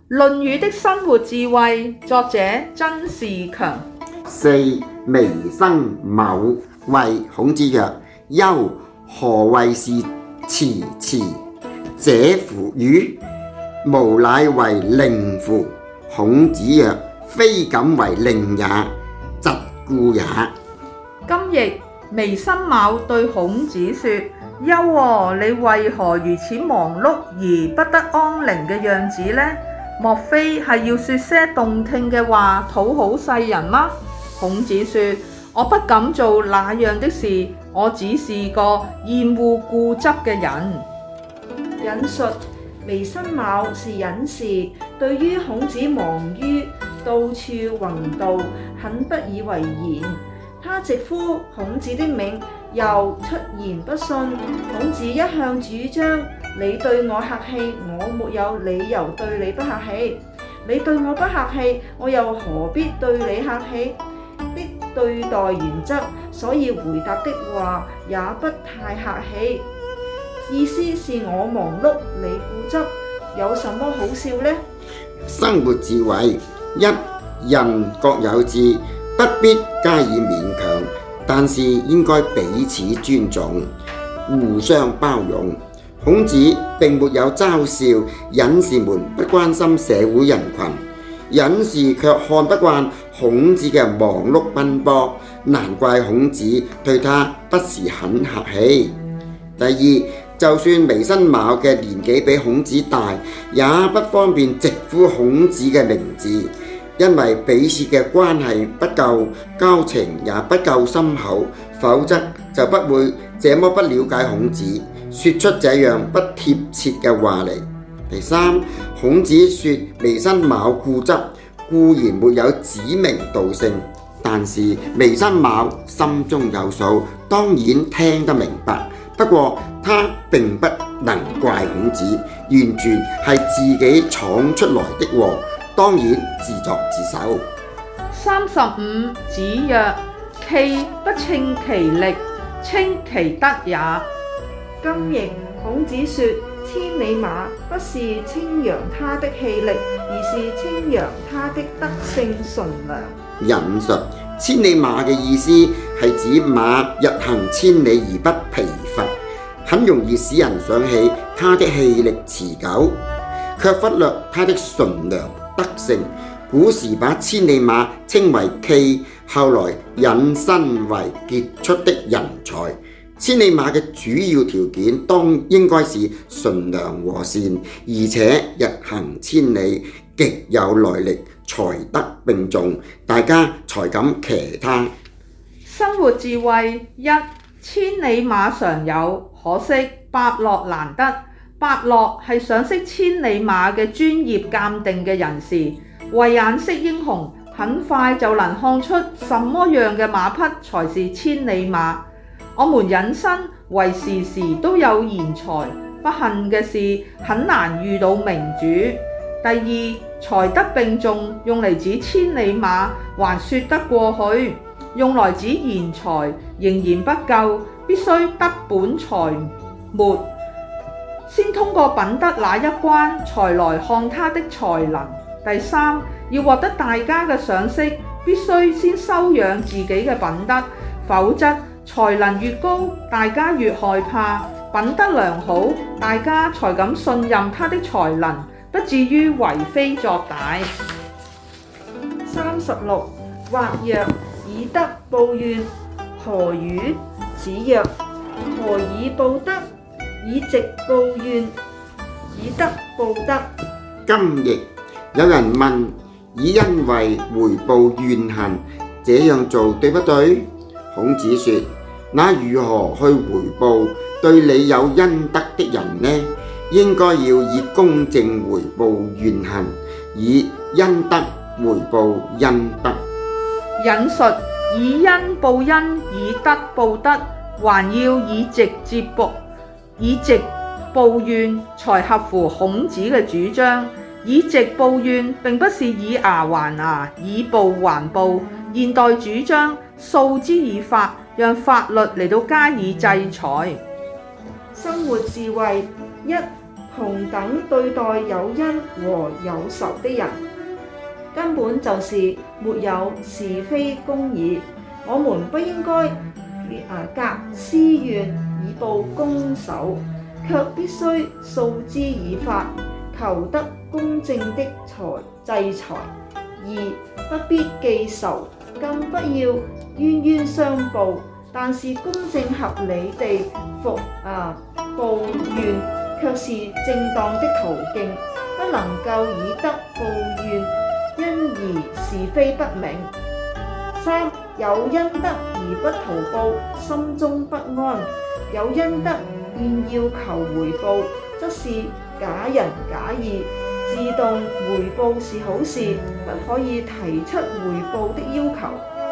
論語的生活智慧，作者曾仕強。 四微生謬，謂孔子曰：憂，何謂是遲遲者乎與？無乃為令乎？孔子曰：非敢為令也，疾故也。 今譯微生謬對孔子說：憂你為何如此忙碌而不得安寧嘅樣子呢？莫非係要說些動聽嘅話討好世人嗎？孔子說：我不敢做那樣的事，我只是個厭惡固執嘅人。 引述微生謬是隱士，對於孔子忙於到處弘道，很不以為然。他直呼孔子的名，又出言不遜。孔子一向主張：你對我客氣，我沒有理由對你不客氣；你對我不客氣，我又何必對你客氣的對待原則，所以回答的話也不太客氣。意思是我忙碌，你固執，有什麼好笑呢？ 生活智慧一，人各有志，不必加以勉強，但是應該彼此尊重，互相包容。孔子並沒有嘲笑隱士們不關心社會人群，隱士卻看不慣孔子嘅忙碌奔波，難怪孔子對他不是很客氣。第二，就算微生謬嘅年紀比孔子大，也不方便直呼孔子嘅名字，因為彼此嘅關係不夠，交情也不夠深厚，否則就不會這麼不了解孔子，說出這樣不貼切嘅話嚟。第三，孔子說微生謬固執，固然沒有指名道姓，但是微生謬心中有數，當然聽得明白。不過他並不能怪孔子，完全係自己闖出來的禍，當然自作自受。 35子曰：驥不稱其力，稱其德也。 今譯孔子說：千里馬不是稱揚他的氣力，而是稱揚他的德性純良。 引述千里馬嘅意思係指馬日行千里而不疲乏，很容易使人想起他的氣力持久，卻忽略他的純良德性。古時把千里馬稱為驥，後來引申為傑出的人才。千里馬嘅主要條件當應該是純良和善，而且日行千里，極有耐力，才德並重，大家才敢騎他。 生活智慧一，千里馬常有，可惜伯樂難得。伯樂係賞識千里馬嘅專業鑑定嘅人士，慧眼識英雄，很快就能看出什麼樣嘅馬匹才是千里馬。我們引申為時時都有賢才，不幸嘅是很難遇到明主。第二，才德並重用嚟指千里馬還說得過去，用來指賢才仍然不夠，必須德本才末，先通過品德那一關，才來看他的才能。第三，要獲得大家嘅賞識，必須先修養自己嘅品德，否則才能越高，大家越害怕；品德良好，大家才敢信任他的才能，不至於為非作歹。 36或曰：以德報怨，何如？子曰：何以報德？以直報怨，以德報德。 今譯有人問：以恩惠回報怨恨，這樣做對不對？孔子說：那如何去回報對你有恩德的人呢？應該要以公正回報怨恨，以恩德回報恩德。 引述以恩報恩，以德報德，還要以直報怨，才合乎孔子嘅主張。以直報怨並不是以牙還牙，以暴還暴。現代主張訴之以法，讓法律嚟到加以制裁。 生活智慧一， 同等對待有恩和有仇的人，根本就是沒有是非公義。我們不應該革私怨以報公仇，卻必須訴之以法，求得公正的制裁。2. 不必記仇，更不要冤冤相報，但是公正合理地報怨，卻是正當的途徑，不能夠以德報怨，因而是非不明。3. 有恩德而不圖報，心中不安；有恩德便要求回報，則是假仁假義。自動回報是好事，不可以提出回報的要求。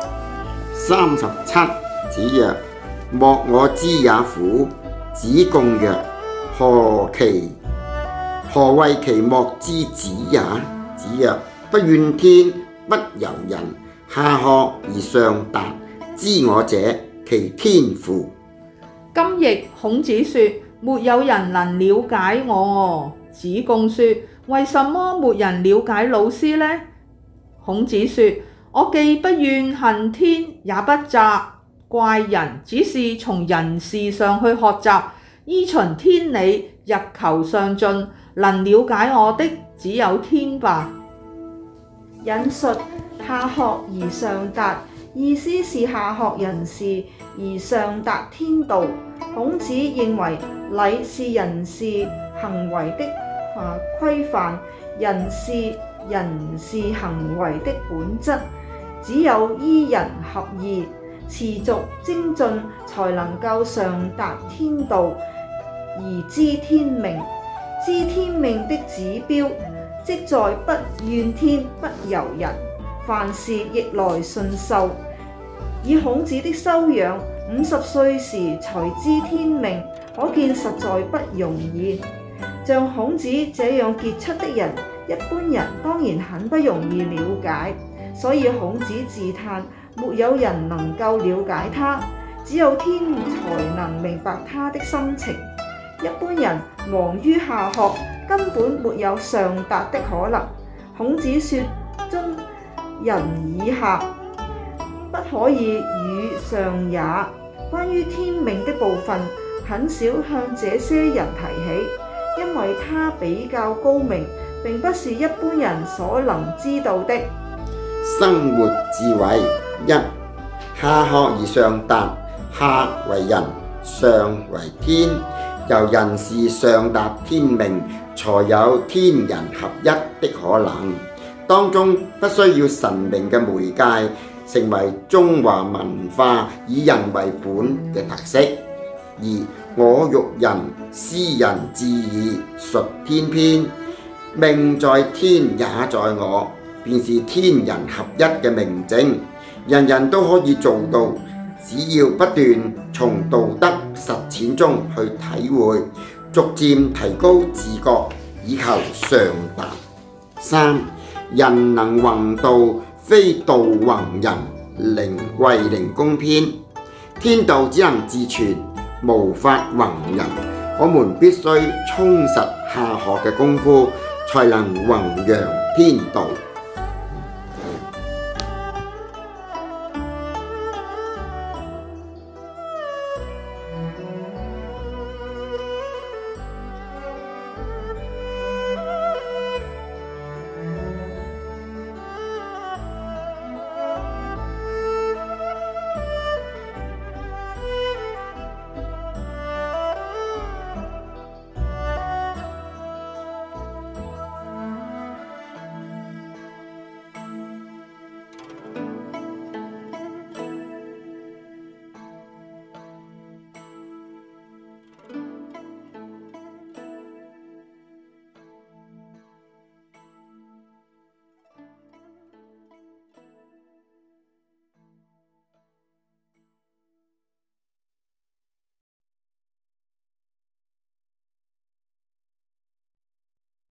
37子曰：莫我之也乎？子貢曰：何謂其莫之子也？子曰：不怨天，不尤人，下學而上達，知我者，其天乎？ 今譯孔子說：沒有人能了解我。子貢說：為什麼沒人了解老師呢？孔子說：我既不怨恨天，也不責怪人，只是從人事上去學習，依循天理，日求上進。能了解我的，只有天吧。 引述下學而上達，意思是下學人事而上達天道。孔子認為禮是人事行為的規範，人事行為的本質，只有依人合義，持續精進，才能夠上達天道，而知天命。知天命的指標，即在不怨天不尤人，凡事逆來順受。以孔子的修養，50歲時才知天命，可見實在不容易。像孔子這樣傑出的人，一般人當然很不容易了解，所以孔子自嘆，沒有人能夠了解他，只有天才能明白他的心情。一般人忙於下學，根本沒有上達的可能。孔子說中人以下，不可以與上也。關於天命的部分，很少向這些人提起，因為他比較高明，並不是一般人所能知道的。 生活智慧一：下學而上達，下為人，上為天。由人事上達天命，才有天人合一的可能。當中不需要神明嘅媒介，成為中華文化以人為本嘅特色。二：我欲人，斯人至矣，屬天篇。命在天也在我，便是天人合一嘅明證，人人都可以做到。只要不斷從道德實踐中去體會，逐漸提高自覺，以求上達。3. 人能弘道，非道弘人，衛靈公篇。天道只能自存，無法弘人。我們必須充實下學嘅功夫，才能弘揚天道。